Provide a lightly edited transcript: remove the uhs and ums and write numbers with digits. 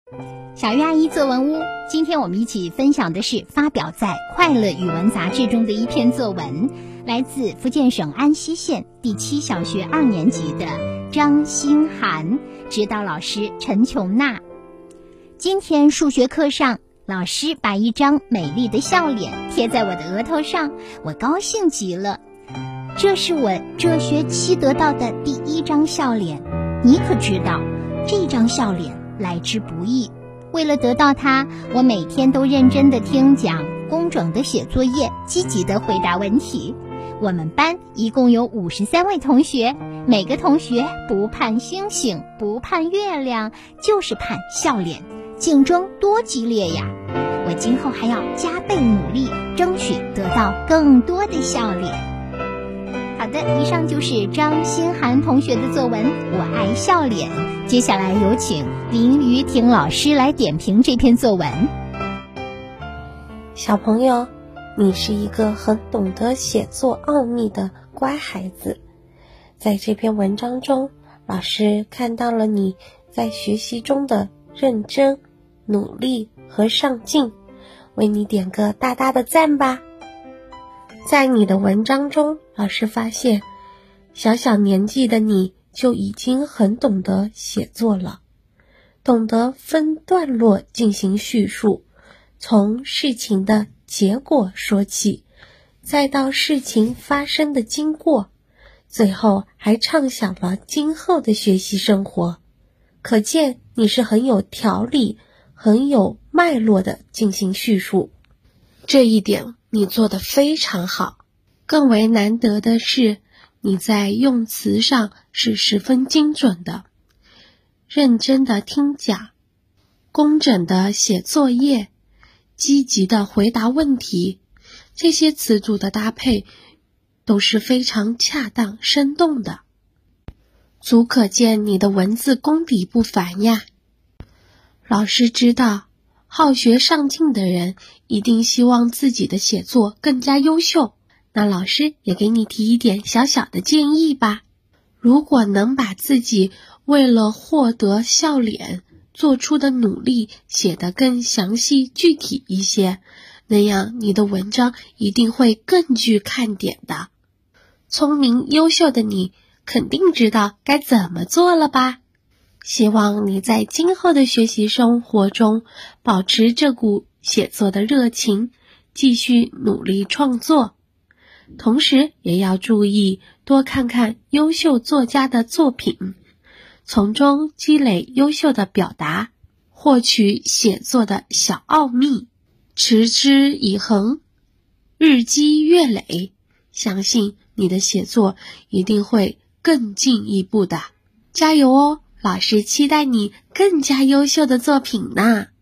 小鱼阿姨作文屋，今天我们一起分享的是发表在《快乐语文》杂志中的一篇作文，来自福建省安溪县第7小学2年级的张欣涵，指导老师陈琼娜。今天数学课上，老师把一张美丽的笑脸贴在我的额头上，我高兴极了。这是我这学期得到的第1张笑脸，你可知道，这张笑脸来之不易。为了得到它，我每天都认真地听讲，工整地写作业，积极地回答问题。我们班一共有53位同学，每个同学不盼星星，不盼月亮，就是盼笑脸，竞争多激烈呀！我今后还要加倍努力，争取得到更多的笑脸。好的，以上就是张欣涵同学的作文《我爱笑脸》。接下来有请林于婷老师来点评这篇作文。 小朋友，你是一个很懂得写作奥秘的乖孩子。在这篇文章中，老师看到了你在学习中的认真、努力和上进，为你点个大大的赞吧。在你的文章中，老师发现小小年纪的你就已经很懂得写作了，懂得分段落进行叙述，从事情的结果说起，再到事情发生的经过，最后还畅想了今后的学习生活。可见你是很有条理、很有脉络的进行叙述，这一点你做得非常好。更为难得的是，你在用词上是十分精准的，认真的听讲，工整的写作业，积极的回答问题，这些词组的搭配都是非常恰当生动的，足可见你的文字功底不凡呀。老师知道，好学上进的人一定希望自己的写作更加优秀，那老师也给你提一点小小的建议吧。如果能把自己为了获得笑脸做出的努力写得更详细具体一些，那样你的文章一定会更具看点的。聪明优秀的你肯定知道该怎么做了吧？希望你在今后的学习生活中保持这股写作的热情，继续努力创作。同时也要注意多看看优秀作家的作品，从中积累优秀的表达，获取写作的小奥秘，持之以恒，日积月累，相信你的写作一定会更进一步的。加油哦，老师期待你更加优秀的作品呢。